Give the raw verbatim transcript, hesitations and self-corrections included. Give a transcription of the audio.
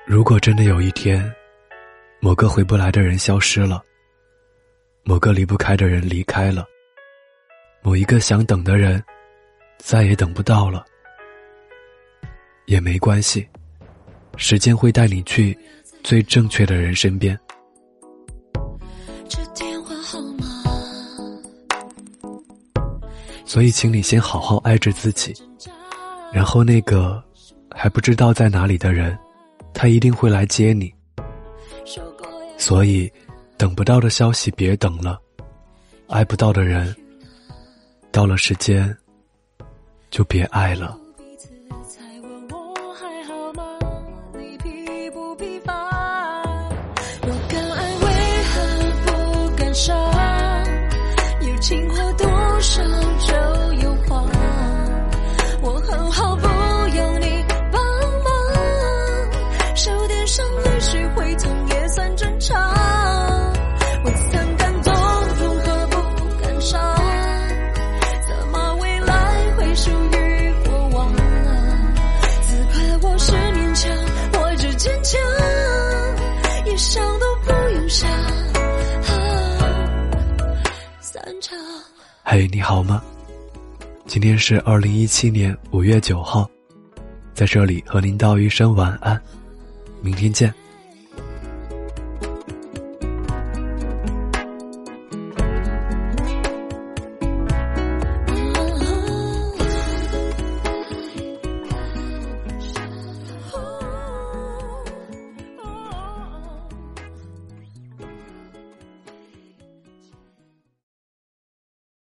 如果真的有一天，某个回不来的人消失了，某个离不开的人离开了，某一个想等的人再也等不到了，也没关系，时间会带你去最正确的人身边。所以请你先好好爱着自己，然后那个还不知道在哪里的人，他一定会来接你。所以等不到的消息别等了，爱不到的人，到了时间就别爱了。 情话多少就有话，我很好不用你帮忙，手点上泪水会痛也算正常，我曾感动如何不感伤，怎么未来会属于过往啊，自夸我是勉强，我只坚强，一想都不用想。 嘿，你好吗？今天是二零一七年五月九号，在这里和您道一声晚安，明天见。